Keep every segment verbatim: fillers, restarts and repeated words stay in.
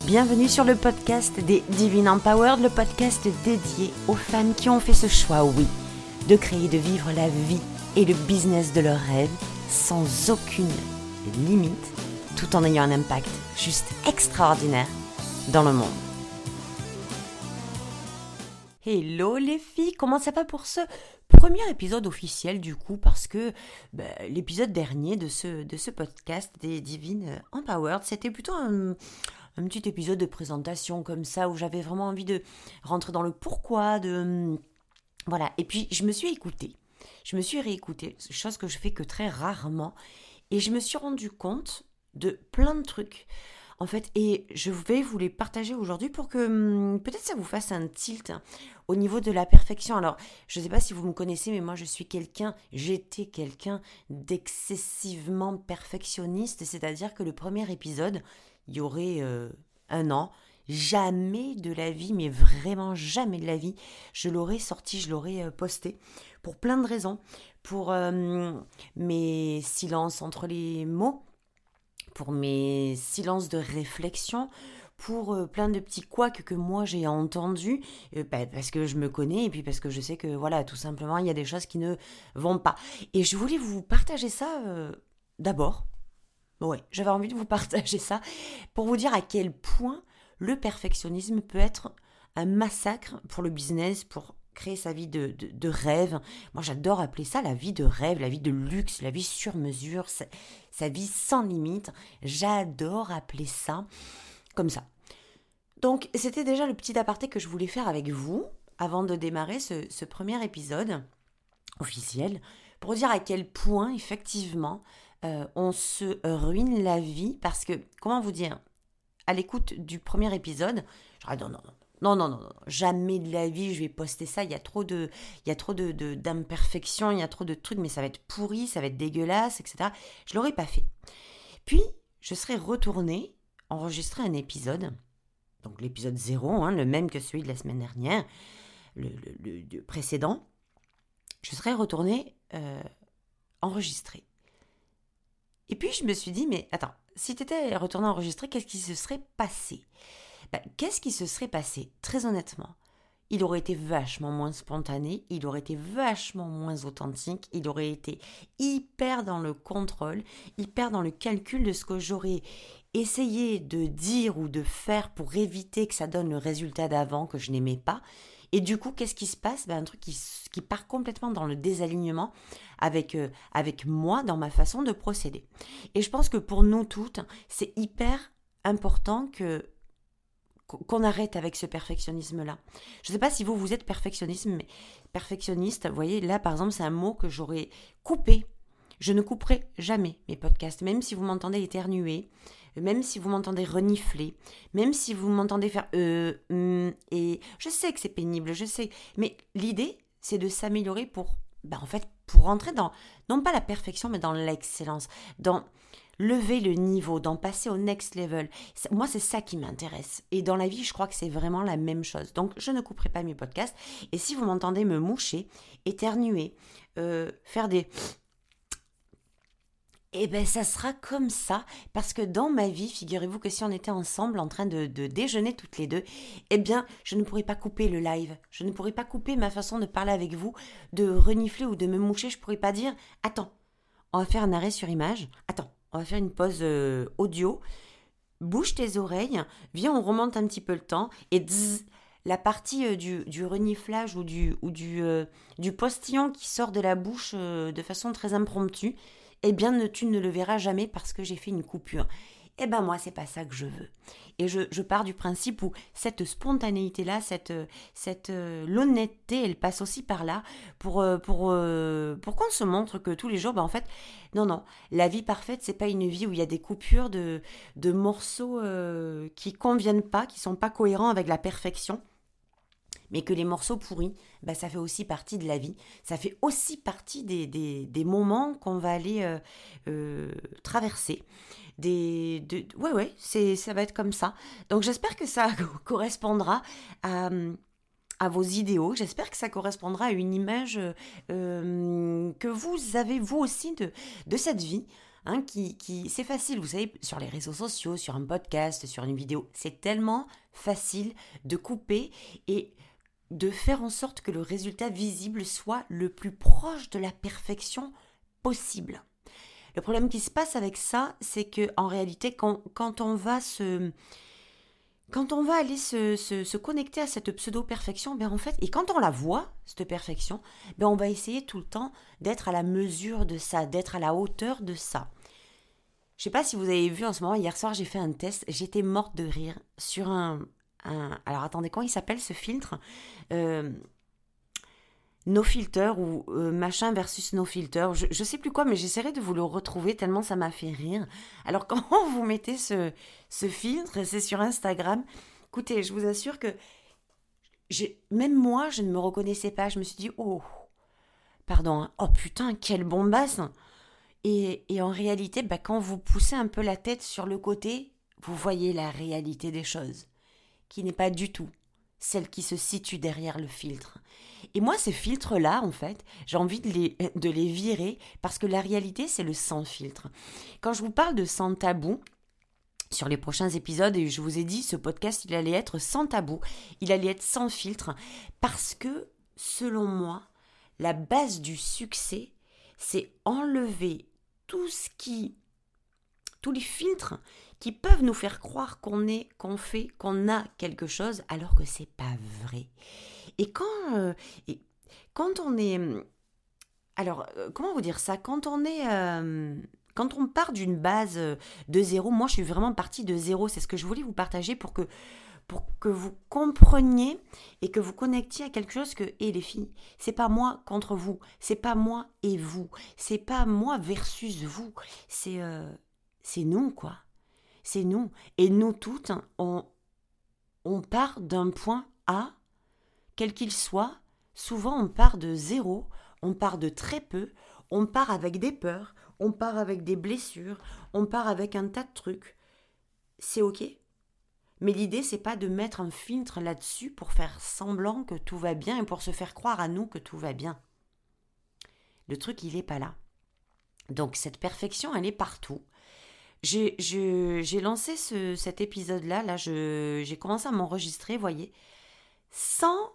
Bienvenue sur le podcast des Divine Empowered, le podcast dédié aux femmes qui ont fait ce choix, oui, de créer, de vivre la vie et le business de leurs rêves sans aucune limite, tout en ayant un impact juste extraordinaire dans le monde. Hello les filles, comment ça va pour ce premier épisode officiel du coup, parce que bah, l'épisode dernier de ce, de ce podcast des Divine Empowered, c'était plutôt un, un petit épisode de présentation comme ça, où j'avais vraiment envie de rentrer dans le pourquoi, de... Voilà, et puis je me suis écoutée, je me suis réécoutée, chose que je fais que très rarement, et je me suis rendu compte de plein de trucs. En fait, et je vais vous les partager aujourd'hui pour que hum, peut-être ça vous fasse un tilt au niveau de la perfection. Alors, je ne sais pas si vous me connaissez, mais moi je suis quelqu'un, j'étais quelqu'un d'excessivement perfectionniste, c'est-à-dire que le premier épisode, il y aurait euh, un an, jamais de la vie, mais vraiment jamais de la vie, je l'aurais sorti, je l'aurais euh, posté, pour plein de raisons, pour euh, mes silences entre les mots, pour mes silences de réflexion, pour euh, plein de petits couacs que moi j'ai entendus, euh, bah, parce que je me connais et puis parce que je sais que voilà, tout simplement, il y a des choses qui ne vont pas. Et je voulais vous partager ça euh, d'abord. Ouais, j'avais envie de vous partager ça pour vous dire à quel point le perfectionnisme peut être un massacre pour le business, pour créer sa vie de, de, de rêve. Moi, j'adore appeler ça la vie de rêve, la vie de luxe, la vie sur mesure, sa, sa vie sans limite. J'adore appeler ça comme ça. Donc, c'était déjà le petit aparté que je voulais faire avec vous avant de démarrer ce, ce premier épisode officiel pour dire à quel point, effectivement, euh, on se ruine la vie parce que, comment vous dire, à l'écoute du premier épisode, je dis non, non, non. Non, non, non, non, jamais de la vie, je vais poster ça, il y a trop de, il y a trop de, de, d'imperfections, il y a trop de trucs, mais ça va être pourri, ça va être dégueulasse, et cetera. Je ne l'aurais pas fait. Puis, je serais retournée enregistrer un épisode, donc l'épisode zéro, hein, le même que celui de la semaine dernière, le, le, le, le précédent, je serais retournée euh, enregistrer. Et puis, je me suis dit, mais attends, si tu étais retournée enregistrer, qu'est-ce qui se serait passé ? Ben, qu'est-ce qui se serait passé ? Très honnêtement, il aurait été vachement moins spontané, il aurait été vachement moins authentique, il aurait été hyper dans le contrôle, hyper dans le calcul de ce que j'aurais essayé de dire ou de faire pour éviter que ça donne le résultat d'avant que je n'aimais pas. Et du coup, qu'est-ce qui se passe ? Ben, un truc qui, qui part complètement dans le désalignement avec, euh, avec moi, dans ma façon de procéder. Et je pense que pour nous toutes, c'est hyper important que qu'on arrête avec ce perfectionnisme-là. Je ne sais pas si vous, vous êtes perfectionniste, mais perfectionniste, vous voyez, là, par exemple, c'est un mot que j'aurais coupé. Je ne couperai jamais mes podcasts, même si vous m'entendez éternuer, même si vous m'entendez renifler, même si vous m'entendez faire euh, hum, et je sais que c'est pénible, je sais, mais l'idée, c'est de s'améliorer pour, ben, en fait, pour rentrer dans, non pas la perfection, mais dans l'excellence, dans lever le niveau, d'en passer au next level. Moi, c'est ça qui m'intéresse. Et dans la vie, je crois que c'est vraiment la même chose. Donc, je ne couperai pas mes podcasts. Et si vous m'entendez me moucher, éternuer, euh, faire des... Eh bien, ça sera comme ça. Parce que dans ma vie, figurez-vous que si on était ensemble en train de, de déjeuner toutes les deux, eh bien, je ne pourrais pas couper le live. Je ne pourrais pas couper ma façon de parler avec vous, de renifler ou de me moucher. Je ne pourrais pas dire, attends, on va faire un arrêt sur image. Attends. On va faire une pause euh, audio. Bouge tes oreilles. Viens, on remonte un petit peu le temps. Et dzz, la partie euh, du, du reniflage ou du, ou du, euh, du postillon qui sort de la bouche euh, de façon très impromptue, eh bien, ne, tu ne le verras jamais parce que j'ai fait une coupure. Eh bien, moi, c'est pas ça que je veux. Et je, je pars du principe où cette spontanéité-là, cette, cette euh, l'honnêteté, elle passe aussi par là pour, euh, pour, euh, pour qu'on se montre que tous les jours, ben, en fait, non, non, la vie parfaite, c'est pas une vie où il y a des coupures de, de morceaux euh, qui conviennent pas, qui sont pas cohérents avec la perfection. Mais que les morceaux pourris, bah, ça fait aussi partie de la vie. Ça fait aussi partie des, des, des moments qu'on va aller euh, euh, traverser. Des, de, ouais, ouais, c'est, ça va être comme ça. Donc j'espère que ça correspondra à, à vos idéaux. J'espère que ça correspondra à une image euh, que vous avez, vous aussi, de, de cette vie. hein, qui, qui, c'est facile, vous savez, sur les réseaux sociaux, sur un podcast, sur une vidéo, c'est tellement facile de couper et de faire en sorte que le résultat visible soit le plus proche de la perfection possible. Le problème qui se passe avec ça, c'est que en réalité, quand, quand on va se... Quand on va aller se, se, se connecter à cette pseudo-perfection, ben en fait, et quand on la voit, cette perfection, ben on va essayer tout le temps d'être à la mesure de ça, d'être à la hauteur de ça. Je ne sais pas si vous avez vu en ce moment, hier soir j'ai fait un test, j'étais morte de rire sur un... un alors attendez, comment il s'appelle ce filtre euh, No Filter ou euh, machin versus No Filter, je, je sais plus quoi, mais j'essaierai de vous le retrouver tellement ça m'a fait rire. Alors quand vous mettez ce, ce filtre, c'est sur Instagram, écoutez, je vous assure que j'ai, même moi, je ne me reconnaissais pas. Je me suis dit, oh, pardon, hein, oh putain, quelle bombasse. Et, et en réalité, bah, quand vous poussez un peu la tête sur le côté, vous voyez la réalité des choses, qui n'est pas du tout celle qui se situe derrière le filtre. Et moi, ces filtres-là, en fait, j'ai envie de les, de les virer parce que la réalité, c'est le sans filtre. Quand je vous parle de sans tabou, sur les prochains épisodes, et je vous ai dit, ce podcast, il allait être sans tabou, il allait être sans filtre, parce que, selon moi, la base du succès, c'est enlever tout ce qui, tous les filtres qui peuvent nous faire croire qu'on est, qu'on fait, qu'on a quelque chose, alors que c'est pas vrai. Et quand, euh, et quand on est, alors euh, comment vous dire ça, quand on est, euh, quand on part d'une base de zéro, moi je suis vraiment partie de zéro, c'est ce que je voulais vous partager pour que pour que vous compreniez et que vous connectiez à quelque chose que, hé les filles, c'est pas moi contre vous, c'est pas moi et vous, c'est pas moi versus vous, c'est euh, c'est nous quoi, c'est nous. Et nous toutes, on, on part d'un point A, quel qu'il soit, souvent on part de zéro, on part de très peu, on part avec des peurs, on part avec des blessures, on part avec un tas de trucs. C'est ok. Mais l'idée, c'est pas de mettre un filtre là-dessus pour faire semblant que tout va bien et pour se faire croire à nous que tout va bien. Le truc, il est pas là. Donc, cette perfection, elle est partout. J'ai, je, j'ai lancé ce, cet épisode-là, là, je, j'ai commencé à m'enregistrer, voyez, sans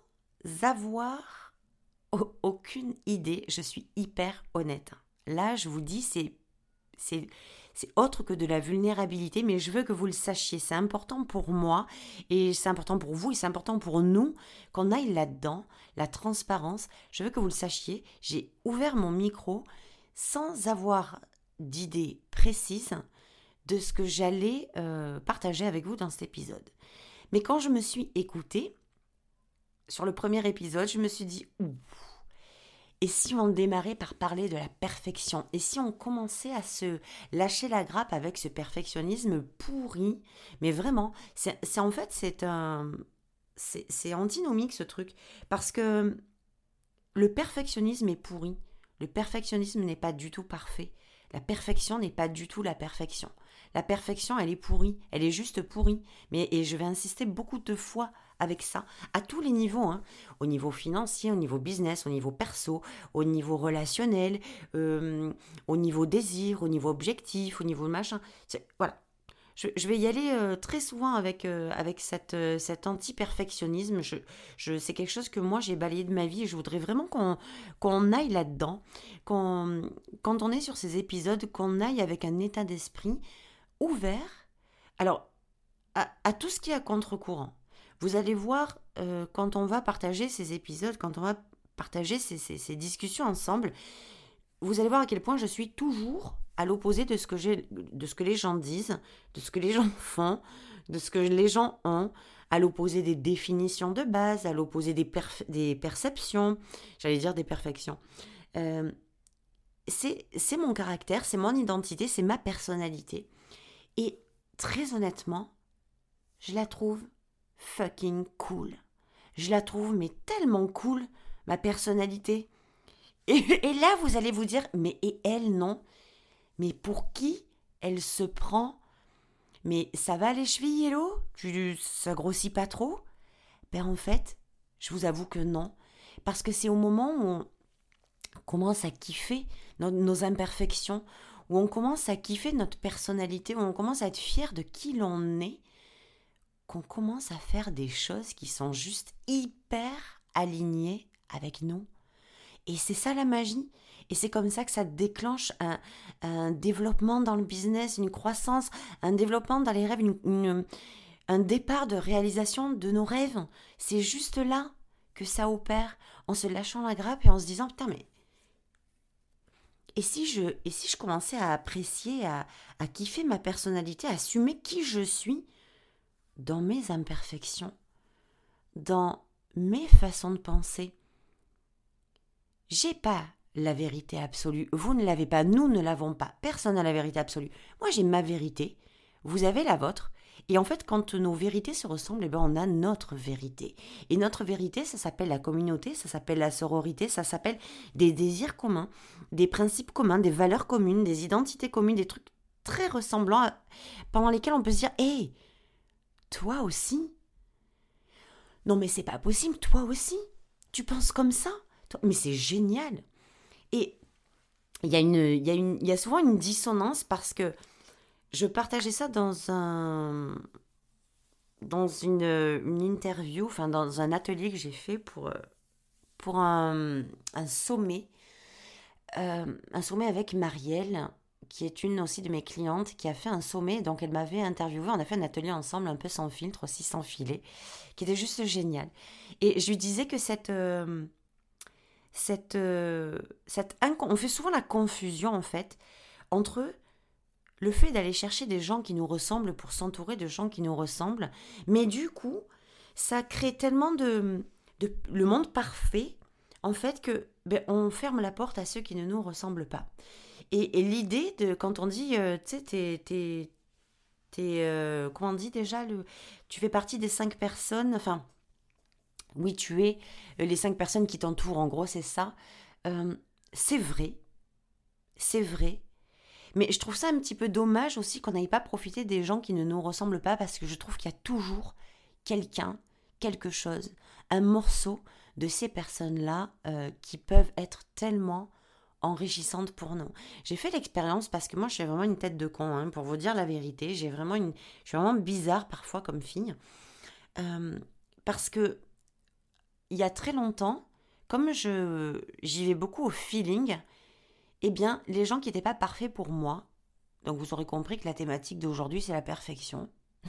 avoir o- aucune idée. Je suis hyper honnête. Là, je vous dis, c'est... c'est C'est autre que de la vulnérabilité, mais je veux que vous le sachiez. C'est important pour moi et c'est important pour vous et c'est important pour nous qu'on aille là-dedans, la transparence. Je veux que vous le sachiez. J'ai ouvert mon micro sans avoir d'idée précise de ce que j'allais euh, partager avec vous dans cet épisode. Mais quand je me suis écoutée, sur le premier épisode, je me suis dit « Ouh !» Et si on démarrait par parler de la perfection? Et si on commençait à se lâcher la grappe avec ce perfectionnisme pourri? Mais vraiment, c'est, c'est en fait, c'est un... C'est, c'est antinomique ce truc. Parce que le perfectionnisme est pourri. Le perfectionnisme n'est pas du tout parfait. La perfection n'est pas du tout la perfection. La perfection, elle est pourrie. Elle est juste pourrie. Mais, et je vais insister beaucoup de fois avec ça, à tous les niveaux, hein. Au niveau financier, au niveau business, au niveau perso, au niveau relationnel, euh, au niveau désir, au niveau objectif, au niveau machin. C'est, voilà. Je, je vais y aller euh, très souvent avec, euh, avec cette, euh, cet anti-perfectionnisme. Je, je, c'est quelque chose que moi, j'ai balayé de ma vie et je voudrais vraiment qu'on, qu'on aille là-dedans. Qu'on, quand on est sur ces épisodes, qu'on aille avec un état d'esprit ouvert. Alors, à, à tout ce qui est à contre-courant. Vous allez voir, euh, quand on va partager ces épisodes, quand on va partager ces, ces, ces discussions ensemble, vous allez voir à quel point je suis toujours à l'opposé de ce que j'ai, de ce que les gens disent, de ce que les gens font, de ce que les gens ont, à l'opposé des définitions de base, à l'opposé des, perf- des perceptions, j'allais dire des perfections. Euh, c'est, c'est mon caractère, c'est mon identité, c'est ma personnalité. Et très honnêtement, je la trouve fucking cool. Je la trouve mais tellement cool, ma personnalité. Et, et là, vous allez vous dire, mais et elle, non? Mais pour qui elle se prend? Mais ça va les chevilles, hello? Tu, ça grossit pas trop? Ben en fait, je vous avoue que non. Parce que c'est au moment où on commence à kiffer nos, nos imperfections, où on commence à kiffer notre personnalité, où on commence à être fier de qui l'on est, qu'on commence à faire des choses qui sont juste hyper alignées avec nous. Et c'est ça la magie. Et c'est comme ça que ça déclenche un, un développement dans le business, une croissance, un développement dans les rêves, une, une, un départ de réalisation de nos rêves. C'est juste là que ça opère, en se lâchant la grappe et en se disant « Putain, mais et si je, et si je commençais à apprécier, à, à kiffer ma personnalité, à assumer qui je suis dans mes imperfections, dans mes façons de penser. J'ai pas la vérité absolue, vous ne l'avez pas, nous ne l'avons pas, personne n'a la vérité absolue. Moi j'ai ma vérité, vous avez la vôtre, et en fait quand nos vérités se ressemblent, eh ben, on a notre vérité. Et notre vérité, ça s'appelle la communauté, ça s'appelle la sororité, ça s'appelle des désirs communs, des principes communs, des valeurs communes, des identités communes, des trucs très ressemblants à, pendant lesquels on peut se dire « Hé, toi aussi ?» Non mais c'est pas possible, toi aussi, tu penses comme ça, toi, mais c'est génial. Et il y a une, il y a une, il y a souvent une dissonance parce que je partageais ça dans un, dans une, une interview, enfin dans un atelier que j'ai fait pour, pour un, un sommet, euh, un sommet avec Marielle, qui est une aussi de mes clientes, qui a fait un sommet, donc elle m'avait interviewé, on a fait un atelier ensemble, un peu sans filtre, aussi sans filet, qui était juste génial. Et je lui disais que cette... Euh, cette, euh, cette inco- on fait souvent la confusion, en fait, entre le fait d'aller chercher des gens qui nous ressemblent pour s'entourer de gens qui nous ressemblent, mais du coup, ça crée tellement de... de le monde parfait, en fait, que ben, on ferme la porte à ceux qui ne nous ressemblent pas. Et, et l'idée de, quand on dit, euh, tu sais, t'es, t'es, t'es euh, comment on dit déjà, le, tu fais partie des cinq personnes, enfin, oui, tu es euh, les cinq personnes qui t'entourent, en gros, c'est ça. Euh, c'est vrai, c'est vrai, mais je trouve ça un petit peu dommage aussi qu'on n'aille pas profiter des gens qui ne nous ressemblent pas, parce que je trouve qu'il y a toujours quelqu'un, quelque chose, un morceau de ces personnes-là euh, qui peuvent être tellement enrichissante pour nous. J'ai fait l'expérience parce que moi je suis vraiment une tête de con, hein, pour vous dire la vérité. J'ai vraiment une, je suis vraiment bizarre parfois comme fille, euh, parce que il y a très longtemps, comme je j'y vais beaucoup au feeling, eh bien les gens qui n'étaient pas parfaits pour moi, donc vous aurez compris que la thématique d'aujourd'hui c'est la perfection.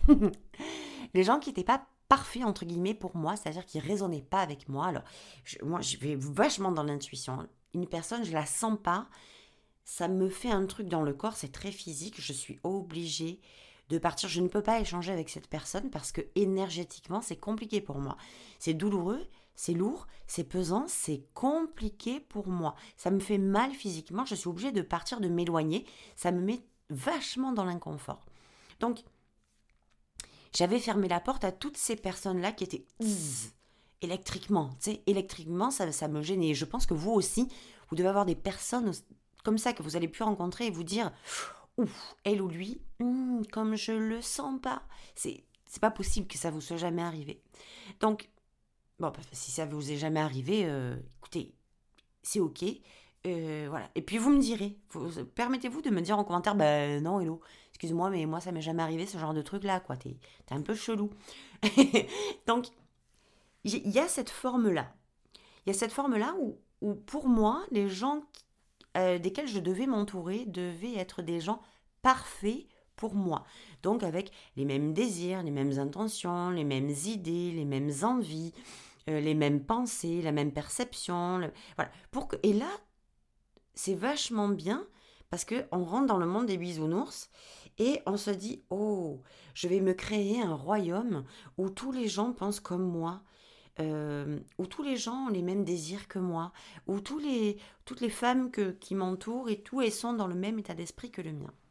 Les gens qui n'étaient pas parfaits entre guillemets pour moi, c'est-à-dire qui résonnaient pas avec moi. Alors je, moi je vais vachement dans l'intuition, hein. Une personne, je la sens pas, ça me fait un truc dans le corps, c'est très physique, je suis obligée de partir. Je ne peux pas échanger avec cette personne parce que énergétiquement, c'est compliqué pour moi. C'est douloureux, c'est lourd, c'est pesant, c'est compliqué pour moi. Ça me fait mal physiquement, je suis obligée de partir, de m'éloigner. Ça me met vachement dans l'inconfort. Donc, j'avais fermé la porte à toutes ces personnes-là qui étaient... Zzz, électriquement, tu sais, électriquement, ça, ça me gênait. Je pense que vous aussi, vous devez avoir des personnes comme ça que vous allez plus rencontrer et vous dire, ouf, elle ou lui, hum, comme je le sens pas. C'est, c'est pas possible que ça vous soit jamais arrivé. Donc, bon, si ça vous est jamais arrivé, euh, écoutez, c'est ok. Euh, voilà. Et puis vous me direz, vous, permettez-vous de me dire en commentaire, ben non, hello, excuse-moi, mais moi ça m'est jamais arrivé ce genre de truc là, quoi. T'es, t'es un peu chelou. Donc, il y a cette forme-là. Il y a cette forme-là où, où pour moi, les gens euh, desquels je devais m'entourer devaient être des gens parfaits pour moi. Donc avec les mêmes désirs, les mêmes intentions, les mêmes idées, les mêmes envies, euh, les mêmes pensées, la même perception. Le... Voilà. Pour que... Et là, c'est vachement bien parce qu'on rentre dans le monde des bisounours et on se dit « Oh, je vais me créer un royaume où tous les gens pensent comme moi ». Euh, où tous les gens ont les mêmes désirs que moi, où tous les, toutes les femmes que, qui m'entourent et tout et sont dans le même état d'esprit que le mien.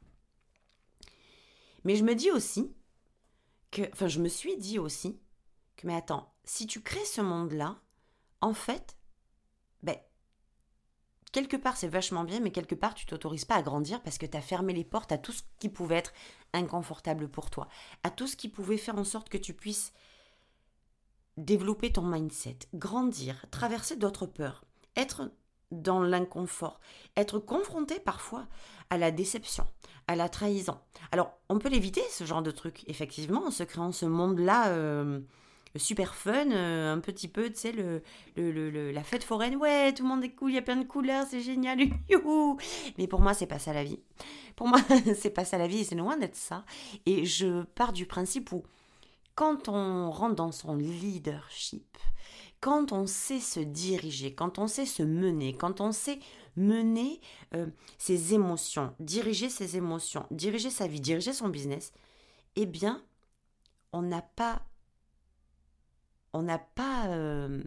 Mais je me dis aussi que, enfin je me suis dit aussi que, mais attends, si tu crées ce monde-là, en fait, ben, quelque part c'est vachement bien, mais quelque part tu t'autorises pas à grandir parce que tu as fermé les portes à tout ce qui pouvait être inconfortable pour toi, à tout ce qui pouvait faire en sorte que tu puisses développer ton mindset, grandir, traverser d'autres peurs, être dans l'inconfort, être confronté parfois à la déception, à la trahison. Alors, on peut l'éviter, ce genre de truc, effectivement, en se créant ce monde-là euh, super fun, euh, un petit peu, tu sais, le, le, le- le- la fête foraine, ouais, tout le monde est cool, il y a plein de couleurs, c'est génial, youhou. Mais pour moi, c'est pas ça la vie. Pour moi, c'est pas ça la vie, et c'est loin d'être ça. Et je pars du principe où, quand on rentre dans son leadership, quand on sait se diriger, quand on sait se mener, quand on sait mener euh, ses émotions, diriger ses émotions, diriger sa vie, diriger son business, eh bien, on n'a pas, on n'a pas euh,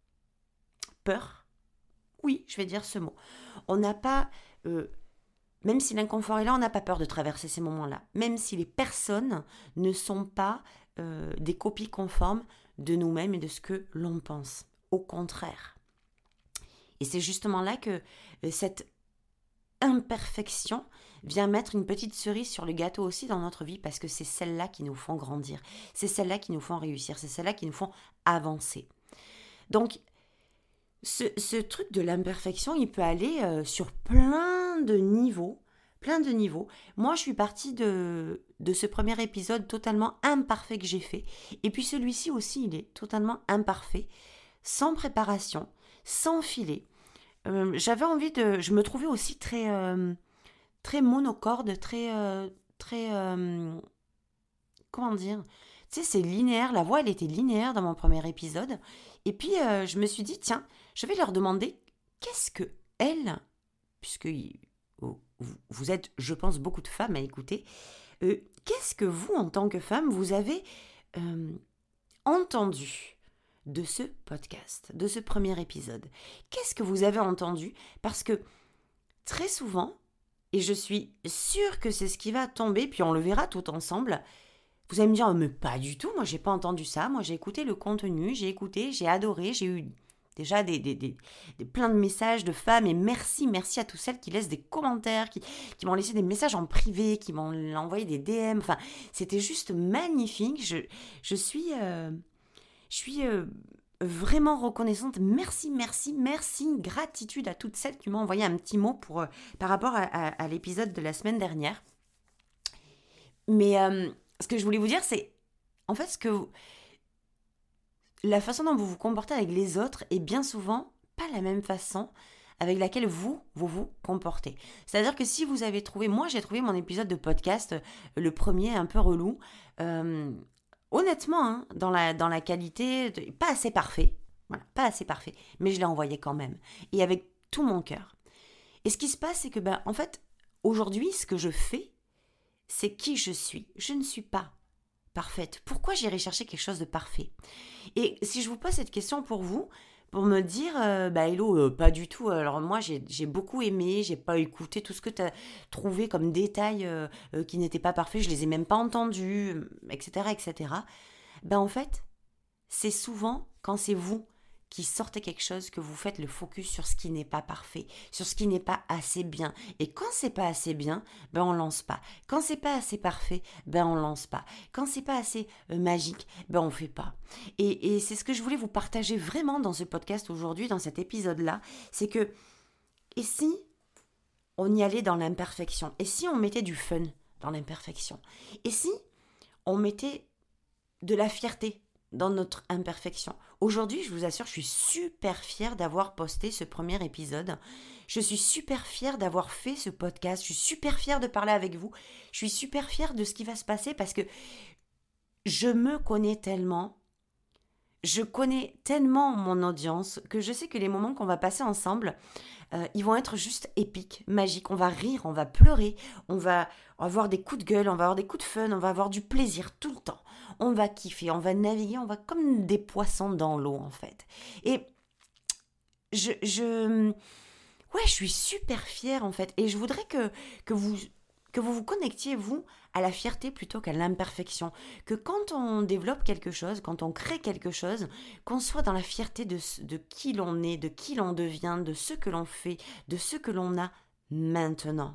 peur. Oui, je vais dire ce mot. On n'a pas, euh, même si l'inconfort est là, on n'a pas peur de traverser ces moments-là. Même si les personnes ne sont pas euh, des copies conformes de nous-mêmes et de ce que l'on pense. Au contraire. Et c'est justement là que euh, cette imperfection vient mettre une petite cerise sur le gâteau aussi dans notre vie, parce que c'est celles-là qui nous font grandir, c'est celles-là qui nous font réussir, c'est celles-là qui nous font avancer. Donc, ce, ce truc de l'imperfection, il peut aller euh, sur plein de niveaux, plein de niveaux. Moi, je suis partie de, de ce premier épisode totalement imparfait que j'ai fait, et puis celui-ci aussi, il est totalement imparfait, sans préparation, sans filet. Euh, j'avais envie de... Je me trouvais aussi très, euh, très monocorde, très... euh, très euh, comment dire? Tu sais, c'est linéaire. La voix, elle était linéaire dans mon premier épisode. Et puis, euh, je me suis dit, tiens, je vais leur demander qu'est-ce que elles, puisque y- oh, vous vous êtes, je pense, beaucoup de femmes à écouter, euh, qu'est-ce que vous, en tant que femme, vous avez euh, entendu de ce podcast, de ce premier épisode? Qu'est-ce que vous avez entendu? Parce que très souvent, et je suis sûre que c'est ce qui va tomber, puis on le verra tout ensemble, vous allez me dire, oh, mais pas du tout, moi j'ai pas entendu ça, moi j'ai écouté le contenu, j'ai écouté, j'ai adoré, j'ai eu déjà des, des, des, des- plein de messages de femmes, et merci, merci à toutes celles qui laissent des commentaires, qui, qui m'ont laissé des messages en privé, qui m'ont envoyé des D M, enfin, c'était juste magnifique, je, je suis... euh, je suis euh, vraiment reconnaissante. Merci, merci, merci. Gratitude à toutes celles qui m'ont envoyé un petit mot pour, euh, par rapport à, à- à l'épisode de la semaine dernière. Mais euh, ce que je voulais vous dire, c'est en fait ce que vous- la façon dont vous vous comportez avec les autres est bien souvent pas la même façon avec laquelle vous, vous vous comportez. C'est-à-dire que si vous avez trouvé, moi j'ai trouvé mon épisode de podcast, euh, le premier un peu relou, euh, honnêtement, hein, dans, la, dans la qualité, de- pas assez parfait, voilà, pas assez parfait, mais je l'ai envoyé quand même, et avec tout mon cœur. Et ce qui se passe, c'est que, ben, en fait, aujourd'hui, ce que je fais, c'est qui je suis. Je ne suis pas parfaite. Pourquoi j'irai chercher quelque chose de parfait? Et si je vous pose cette question pour vous, pour me dire, euh, bah hello, euh, pas du tout. Alors moi, j'ai j'ai beaucoup aimé, j'ai pas écouté tout ce que tu as trouvé comme détails euh, euh, qui n'étaient pas parfaits, je les ai même pas entendus, et cetera, et cetera. Ben en fait, c'est souvent quand c'est vous qui sortez quelque chose que vous faites le focus sur ce qui n'est pas parfait, sur ce qui n'est pas assez bien. Et quand c'est pas assez bien, ben on lance pas. Quand c'est pas assez parfait, ben on lance pas. Quand c'est pas assez euh, magique, ben on fait pas. Et, et c'est ce que je voulais vous partager vraiment dans ce podcast aujourd'hui, dans cet épisode-là, c'est que et si on y allait dans l'imperfection? Et si on mettait du fun dans l'imperfection? Et si on mettait de la fierté dans notre imperfection? Aujourd'hui, je vous assure, je suis super fière d'avoir posté ce premier épisode. Je suis super fière d'avoir fait ce podcast. Je suis super fière de parler avec vous. Je suis super fière de ce qui va se passer parce que je me connais tellement. Je connais tellement mon audience que je sais que les moments qu'on va passer ensemble, euh, ils vont être juste épiques, magiques. On va rire, on va pleurer, on va avoir des coups de gueule, on va avoir des coups de fun, on va avoir du plaisir tout le temps. On va kiffer, on va naviguer, on va comme des poissons dans l'eau en fait. Et je, je, ouais, je suis super fière en fait. Et je voudrais que, que vous que vous vous connectiez, vous, à la fierté plutôt qu'à l'imperfection. Que quand on développe quelque chose, quand on crée quelque chose, qu'on soit dans la fierté de, de qui l'on est, de qui l'on devient, de ce que l'on fait, de ce que l'on a maintenant.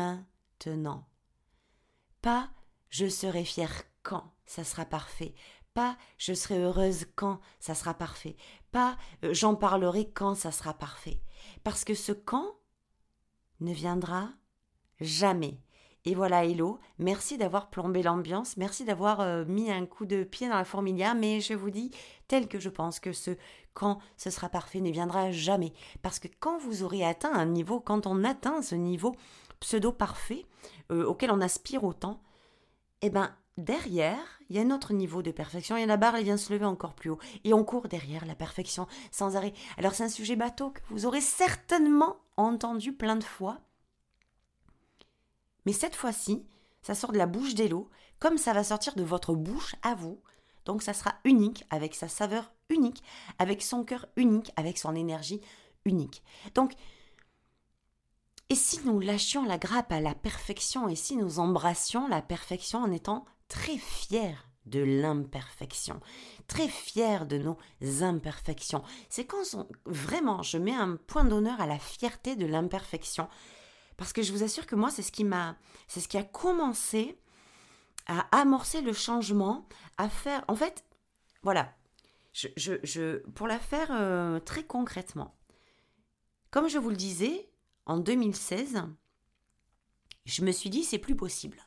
Maintenant. Pas je serai fière quand ça sera parfait. Pas je serai heureuse quand ça sera parfait. Pas euh, j'en parlerai quand ça sera parfait. Parce que ce quand ne viendra jamais. Et voilà, Hello, merci d'avoir plombé l'ambiance, merci d'avoir euh, mis un coup de pied dans la fourmilière, mais je vous dis, tel que je pense que ce quand ce sera parfait ne viendra jamais. Parce que quand vous aurez atteint un niveau, quand on atteint ce niveau pseudo-parfait, euh, auquel on aspire autant, eh ben, derrière, il y a un autre niveau de perfection, et la barre, elle vient se lever encore plus haut. Et on court derrière la perfection sans arrêt. Alors c'est un sujet bateau que vous aurez certainement entendu plein de fois, mais cette fois-ci, ça sort de la bouche d'Hello, comme ça va sortir de votre bouche à vous. Donc ça sera unique, avec sa saveur unique, avec son cœur unique, avec son énergie unique. Donc, et si nous lâchions la grappe à la perfection, et si nous embrassions la perfection en étant très fiers de l'imperfection, très fiers de nos imperfections. C'est quand on, vraiment, je mets un point d'honneur à la fierté de l'imperfection. Parce que je vous assure que moi, c'est ce qui m'a, c'est ce qui a commencé à amorcer le changement, à faire. En fait, voilà, je, je, je, pour la faire euh, très concrètement, comme je vous le disais, en deux mille seize, je me suis dit, c'est plus possible.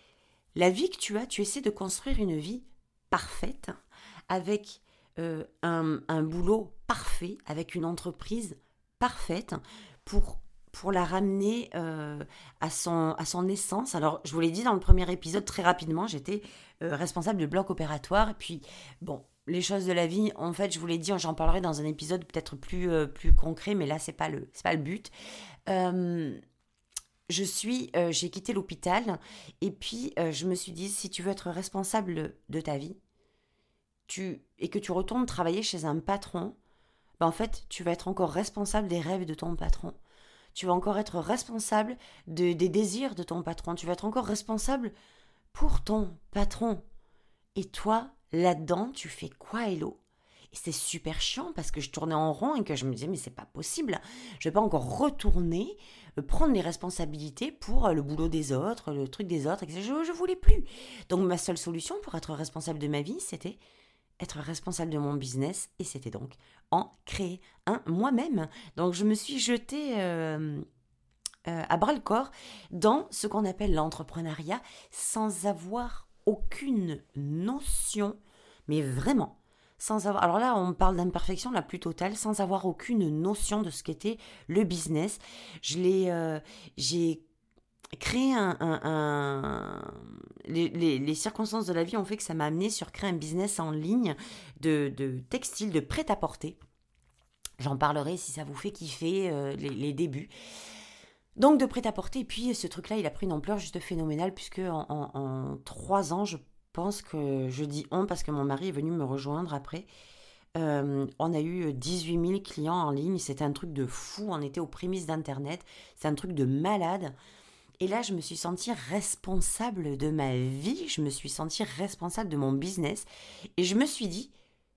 La vie que tu as, tu essaies de construire une vie parfaite, avec euh, un, un boulot parfait, avec une entreprise parfaite, pour pour la ramener euh, à, son, à son essence. Alors, je vous l'ai dit dans le premier épisode, très rapidement, j'étais euh, responsable de bloc opératoire. Et puis, bon, les choses de la vie, en fait, je vous l'ai dit, j'en parlerai dans un épisode peut-être plus, euh, plus concret, mais là, c'est pas le, c'est pas le but. Euh, je suis, euh, j'ai quitté l'hôpital, et puis euh, je me suis dit, si tu veux être responsable de ta vie, tu, et que tu retournes travailler chez un patron, ben en fait, tu vas être encore responsable des rêves de ton patron. Tu vas encore être responsable de, des désirs de ton patron. Tu vas être encore responsable pour ton patron. Et toi, là-dedans, tu fais quoi, Hello ? Et c'est super chiant parce que je tournais en rond et que je me disais, mais c'est pas possible. Je vais pas encore retourner, euh, prendre les responsabilités pour euh, le boulot des autres, le truc des autres, et cetera. Je, je voulais plus. Donc ma seule solution pour être responsable de ma vie, c'était être responsable de mon business, et c'était donc en créer un moi-même. Donc je me suis jetée euh, euh, à bras-le-corps dans ce qu'on appelle l'entrepreneuriat, sans avoir aucune notion, mais vraiment, sans avoir... Alors là, on parle d'imperfection la plus totale, sans avoir aucune notion de ce qu'était le business. Je l'ai... Euh, j'ai créer un... un, un... Les, les, les circonstances de la vie ont fait que ça m'a amené sur créer un business en ligne de, de textile, de prêt-à-porter. J'en parlerai si ça vous fait kiffer euh, les, les débuts. Donc de prêt-à-porter, et puis ce truc-là, il a pris une ampleur juste phénoménale, puisque en, en, en trois ans, je pense que, je dis on, parce que mon mari est venu me rejoindre après, Euh, on a eu dix-huit mille clients en ligne, c'était un truc de fou, on était aux prémices d'Internet, c'est un truc de malade. Et là, je me suis sentie responsable de ma vie, je me suis sentie responsable de mon business. Et je me suis dit,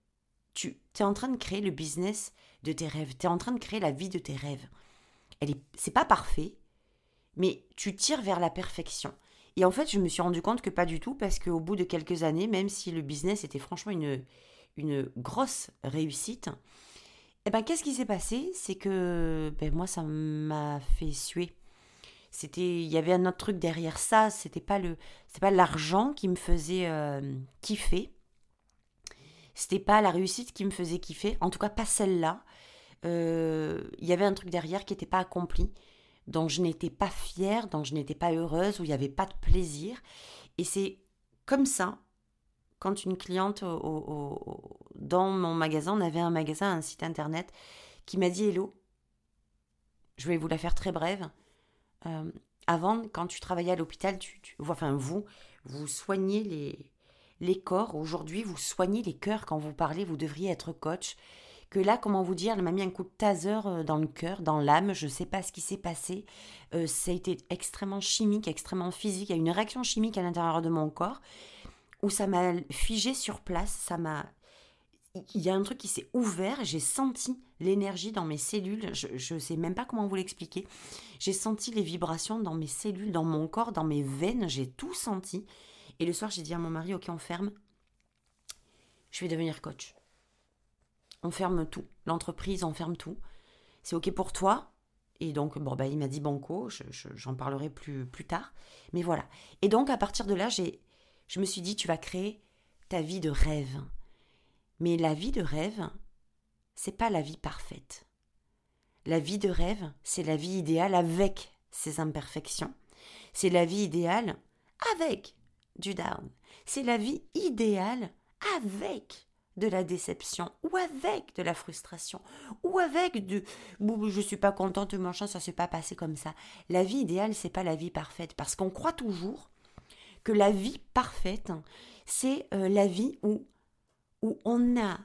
tu es en train de créer le business de tes rêves, tu es en train de créer la vie de tes rêves. Elle est, c'est pas parfait, mais tu tires vers la perfection. Et en fait, je me suis rendu compte que pas du tout, parce qu'au bout de quelques années, même si le business était franchement une, une grosse réussite, eh ben, qu'est-ce qui s'est passé ? C'est que ben, moi, ça m'a fait suer. C'était, il y avait un autre truc derrière ça, c'était pas le, c'était pas l'argent qui me faisait euh, kiffer, c'était pas la réussite qui me faisait kiffer, en tout cas pas celle-là. Euh, il y avait un truc derrière qui n'était pas accompli, dont je n'étais pas fière, dont je n'étais pas heureuse, où il n'y avait pas de plaisir. Et c'est comme ça, quand une cliente au, au, au, dans mon magasin, on avait un magasin, un site internet, qui m'a dit « Hello, je vais vous la faire très brève. Euh, avant, quand tu travaillais à l'hôpital, tu, tu, enfin vous, vous soignez les, les corps. Aujourd'hui, vous soignez les cœurs. Quand vous parlez, vous devriez être coach. Que là, comment vous dire, elle m'a mis un coup de taser dans le cœur, dans l'âme. Je ne sais pas ce qui s'est passé. Euh, ça a été extrêmement chimique, extrêmement physique. Il y a une réaction chimique à l'intérieur de mon corps où ça m'a figé sur place. Ça m'a... Il y a un truc qui s'est ouvert, j'ai senti l'énergie dans mes cellules, je ne sais même pas comment vous l'expliquer. J'ai senti les vibrations dans mes cellules, dans mon corps, dans mes veines, j'ai tout senti. Et le soir, j'ai dit à mon mari, ok, on ferme. je vais devenir coach. On ferme tout. L'entreprise, on ferme tout. C'est OK pour toi. Et donc, bon, bah, il m'a dit banco, je, je, j'en parlerai plus, plus tard. Mais voilà. Et donc, à partir de là, j'ai, je me suis dit, tu vas créer ta vie de rêve. Mais la vie de rêve, c'est pas la vie parfaite. La vie de rêve, c'est la vie idéale avec ses imperfections. C'est la vie idéale avec du down. C'est la vie idéale avec de la déception, ou avec de la frustration, ou avec de « je suis pas contente, machin, ça s'est pas passé comme ça ». La vie idéale, c'est pas la vie parfaite, parce qu'on croit toujours que la vie parfaite, c'est euh, la vie où, où on a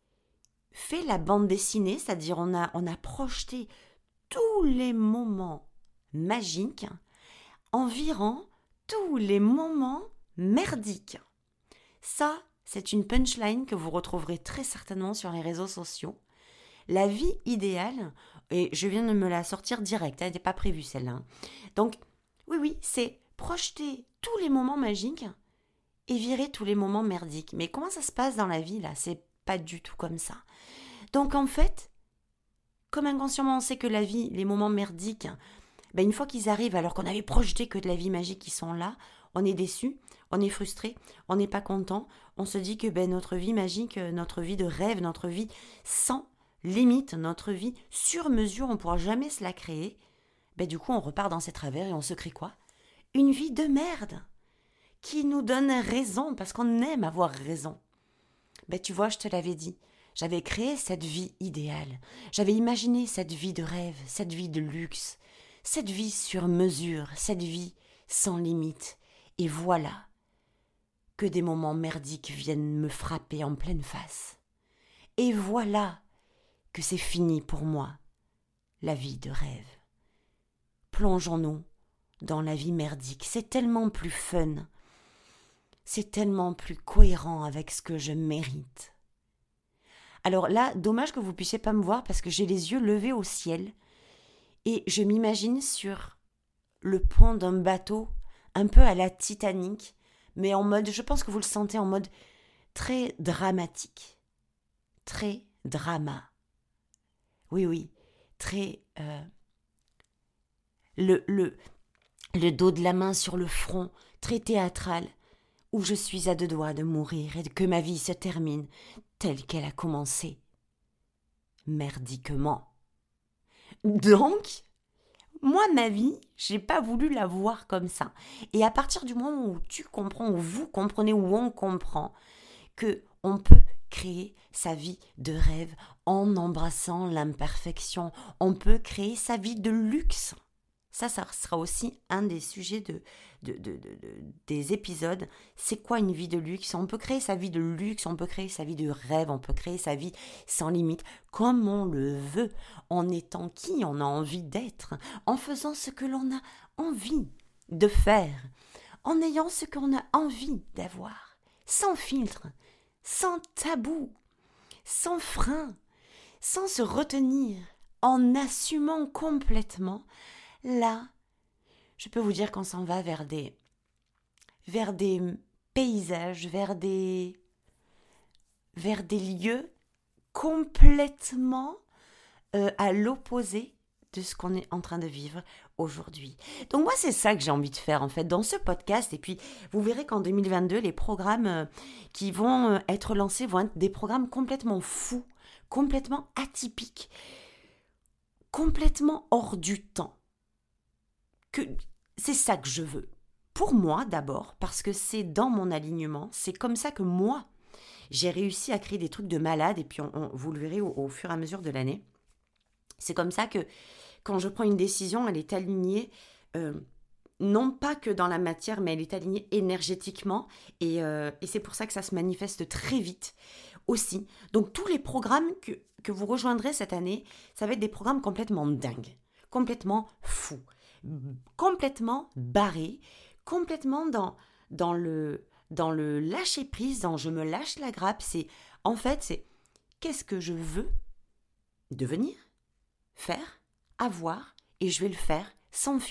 fait la bande dessinée, c'est-à-dire on a, on a projeté tous les moments magiques en virant tous les moments merdiques. Ça, c'est une punchline que vous retrouverez très certainement sur les réseaux sociaux. La vie idéale, et je viens de me la sortir direct, elle n'était pas prévue celle-là. Hein. Donc, oui, oui, c'est projeter tous les moments magiques et virer tous les moments merdiques. Mais comment ça se passe dans la vie, là ? C'est pas du tout comme ça. Donc, en fait, comme inconsciemment on sait que la vie, les moments merdiques, ben une fois qu'ils arrivent, alors qu'on avait projeté que de la vie magique, ils sont là, on est déçu, on est frustré, on n'est pas content, on se dit que ben, notre vie magique, notre vie de rêve, notre vie sans limite, notre vie sur mesure, on ne pourra jamais se la créer. Ben, du coup, on repart dans ses travers et on se crée quoi ? Une vie de merde qui nous donne raison, parce qu'on aime avoir raison. Ben, tu vois, je te l'avais dit, j'avais créé cette vie idéale, j'avais imaginé cette vie de rêve, cette vie de luxe, cette vie sur mesure, cette vie sans limite. Et voilà que des moments merdiques viennent me frapper en pleine face. Et voilà que c'est fini pour moi, la vie de rêve. Plongeons-nous dans la vie merdique. C'est tellement plus fun. C'est tellement plus cohérent avec ce que je mérite. Alors là, dommage que vous ne puissiez pas me voir parce que j'ai les yeux levés au ciel et je m'imagine sur le pont d'un bateau un peu à la Titanic, mais en mode, je pense que vous le sentez en mode très dramatique. Très drama. Oui, oui, très... Euh, le, le, le dos de la main sur le front, très théâtral, où je suis à deux doigts de mourir et que ma vie se termine telle qu'elle a commencé. Merdiquement. Donc... moi, ma vie, j'ai pas voulu la voir comme ça. Et à partir du moment où tu comprends, où vous comprenez, où on comprend que on peut créer sa vie de rêve en embrassant l'imperfection, on peut créer sa vie de luxe. Ça, ça sera aussi un des sujets de, de, de, de, de, des épisodes. C'est quoi une vie de luxe ? On peut créer sa vie de luxe, on peut créer sa vie de rêve, on peut créer sa vie sans limite, comme on le veut, en étant qui on a envie d'être, en faisant ce que l'on a envie de faire, en ayant ce qu'on a envie d'avoir, sans filtre, sans tabou, sans frein, sans se retenir, en assumant complètement. Là, je peux vous dire qu'on s'en va vers des, vers des paysages, vers des, vers des lieux complètement euh, à l'opposé de ce qu'on est en train de vivre aujourd'hui. Donc moi, c'est ça que j'ai envie de faire en fait dans ce podcast. Et puis, vous verrez qu'en deux mille vingt-deux, les programmes euh, qui vont euh, être lancés vont être des programmes complètement fous, complètement atypiques, complètement hors du temps. Que c'est ça que je veux. Pour moi d'abord, parce que c'est dans mon alignement, c'est comme ça que moi, j'ai réussi à créer des trucs de malade, et puis on, on, vous le verrez au, au fur et à mesure de l'année. C'est comme ça que quand je prends une décision, elle est alignée, euh, non pas que dans la matière, mais elle est alignée énergétiquement, et, euh, et c'est pour ça que ça se manifeste très vite aussi. Donc tous les programmes que, que vous rejoindrez cette année, ça va être des programmes complètement dingues, complètement fous, complètement barré, complètement dans, dans le, dans le lâcher-prise, dans je me lâche la grappe. C'est, en fait, c'est qu'est-ce que je veux devenir, faire, avoir, et je vais le faire sans filtre,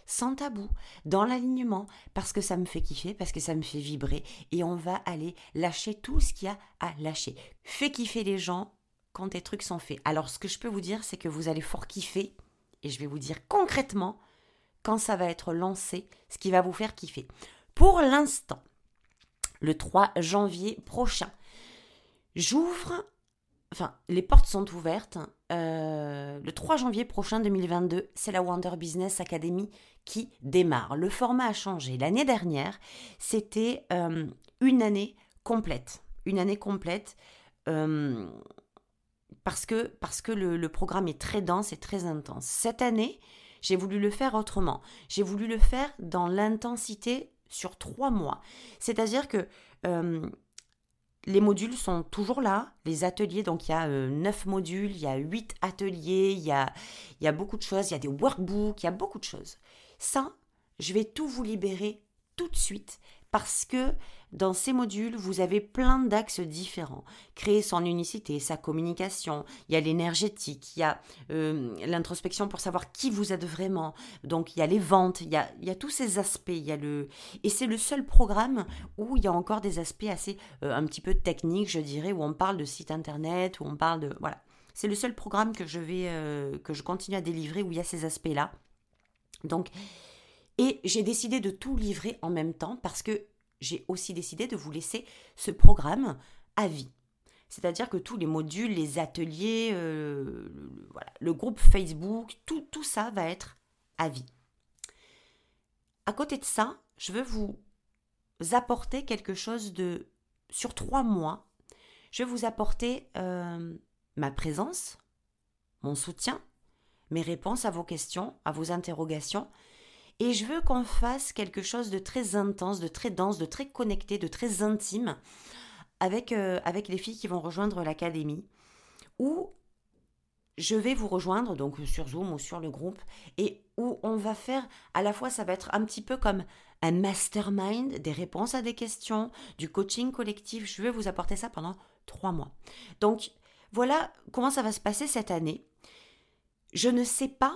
sans tabou, dans l'alignement, parce que ça me fait kiffer, parce que ça me fait vibrer, et on va aller lâcher tout ce qu'il y a à lâcher. Fais kiffer les gens quand tes trucs sont faits. Alors, ce que je peux vous dire, c'est que vous allez fort kiffer, et je vais vous dire concrètement, quand ça va être lancé, ce qui va vous faire kiffer. Pour l'instant, le trois janvier prochain, j'ouvre, enfin, les portes sont ouvertes. Euh, le trois janvier prochain deux mille vingt-deux, c'est la Wonder Business Academy qui démarre. Le format a changé. L'année dernière, c'était euh, une année complète. Une année complète euh, parce que, parce que le, le programme est très dense et très intense. Cette année, j'ai voulu le faire autrement. J'ai voulu le faire dans l'intensité sur trois mois. C'est-à-dire que euh, les modules sont toujours là, les ateliers, donc il y a euh, neuf modules, il y a huit ateliers, il y a, il y a beaucoup de choses, il y a des workbooks, il y a beaucoup de choses. Ça, je vais tout vous libérer tout de suite parce que dans ces modules, vous avez plein d'axes différents. Créer son unicité, sa communication, il y a l'énergétique, il y a euh, l'introspection pour savoir qui vous êtes vraiment. Donc il y a les ventes, il y a, il y a tous ces aspects. Il y a le... Et c'est le seul programme où il y a encore des aspects assez euh, un petit peu techniques, je dirais, où on parle de site internet, où on parle de... Voilà. C'est le seul programme que je vais, euh, que je continue à délivrer où il y a ces aspects-là. Donc, et j'ai décidé de tout livrer en même temps parce que j'ai aussi décidé de vous laisser ce programme à vie. C'est-à-dire que tous les modules, les ateliers, euh, le, voilà, le groupe Facebook, tout, tout ça va être à vie. À côté de ça, je veux vous apporter quelque chose de... Sur trois mois, je vais vous apporter euh, ma présence, mon soutien, mes réponses à vos questions, à vos interrogations. Et je veux qu'on fasse quelque chose de très intense, de très dense, de très connecté, de très intime avec, euh, avec les filles qui vont rejoindre l'académie, où je vais vous rejoindre, donc sur Zoom ou sur le groupe, et où on va faire, à la fois ça va être un petit peu comme un mastermind, des réponses à des questions, du coaching collectif. Je vais vous apporter ça pendant trois mois. Donc voilà comment ça va se passer cette année. Je ne sais pas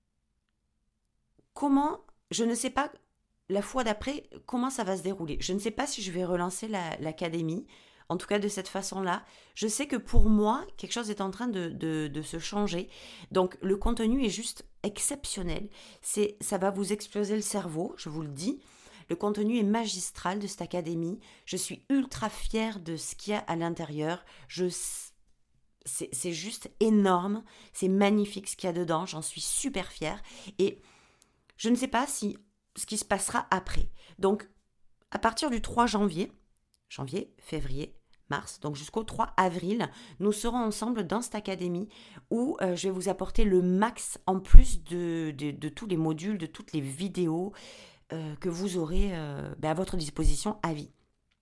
comment... Je ne sais pas la fois d'après comment ça va se dérouler. Je ne sais pas si je vais relancer la, l'académie, en tout cas de cette façon-là. Je sais que pour moi, quelque chose est en train de, de, de se changer. Donc le contenu est juste exceptionnel. C'est, ça va vous exploser le cerveau, je vous le dis. Le contenu est magistral de cette académie. Je suis ultra fière de ce qu'il y a à l'intérieur. Je c'est, c'est juste énorme. C'est magnifique ce qu'il y a dedans. J'en suis super fière. Et je ne sais pas si ce qui se passera après. Donc, à partir du trois janvier, janvier, février, mars, donc jusqu'au trois avril, nous serons ensemble dans cette académie où euh, je vais vous apporter le max en plus de, de, de tous les modules, de toutes les vidéos euh, que vous aurez euh, ben à votre disposition à vie.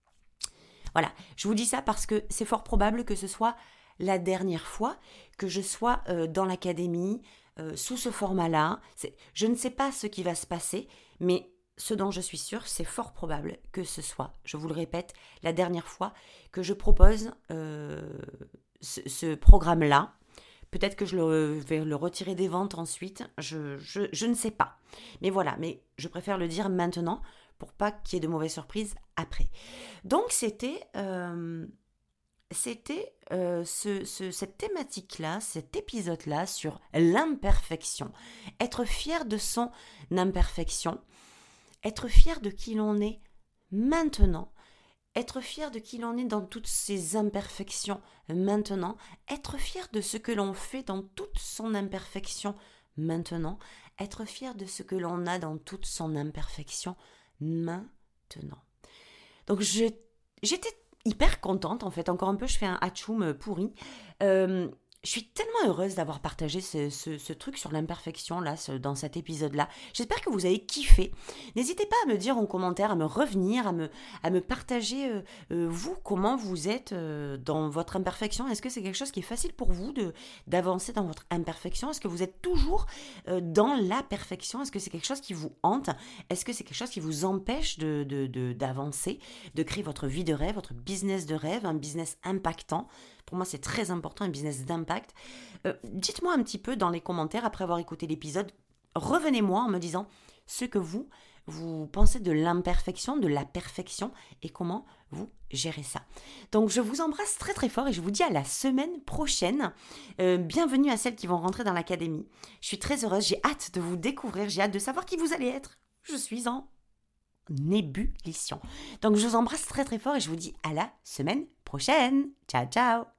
Voilà, je vous dis ça parce que c'est fort probable que ce soit la dernière fois que je sois euh, dans l'académie, Euh, sous ce format-là. C'est, je ne sais pas ce qui va se passer, mais ce dont je suis sûre, c'est fort probable que ce soit, je vous le répète, la dernière fois que je propose euh, ce, ce programme-là. Peut-être que je le, vais le retirer des ventes ensuite, je, je, je ne sais pas. Mais voilà, mais je préfère le dire maintenant pour pas qu'il y ait de mauvaises surprises après. Donc c'était... Euh, C'était euh, ce, ce, cette thématique-là, cet épisode-là sur l'imperfection. Être fier de son imperfection, être fier de qui l'on est maintenant, être fier de qui l'on est dans toutes ses imperfections maintenant, être fier de ce que l'on fait dans toute son imperfection maintenant, être fier de ce que l'on a dans toute son imperfection maintenant. Donc je, j'étais hyper contente en fait, encore un peu je fais un hatchoum pourri. Euh, je suis tellement heureuse d'avoir partagé ce, ce, ce truc sur l'imperfection là, ce, dans cet épisode-là. J'espère que vous avez kiffé. N'hésitez pas à me dire en commentaire, à me revenir, à me, à me partager euh, euh, vous, comment vous êtes euh, dans votre imperfection. Est-ce que c'est quelque chose qui est facile pour vous de, d'avancer dans votre imperfection? Est-ce que vous êtes toujours euh, dans la perfection? Est-ce que c'est quelque chose qui vous hante? Est-ce que c'est quelque chose qui vous empêche de, de, de, d'avancer, de créer votre vie de rêve, votre business de rêve, un business impactant? Pour moi, c'est très important, un business d'impact. Euh, dites-moi un petit peu dans les commentaires, après avoir écouté l'épisode, revenez-moi en me disant ce que vous, vous pensez de l'imperfection, de la perfection et comment vous gérez ça. Donc je vous embrasse très très fort et je vous dis à la semaine prochaine. Euh, bienvenue à celles qui vont rentrer dans l'académie. Je suis très heureuse, j'ai hâte de vous découvrir, j'ai hâte de savoir qui vous allez être. Je suis en ébullition. Donc je vous embrasse très très fort et je vous dis à la semaine prochaine. Ciao ciao.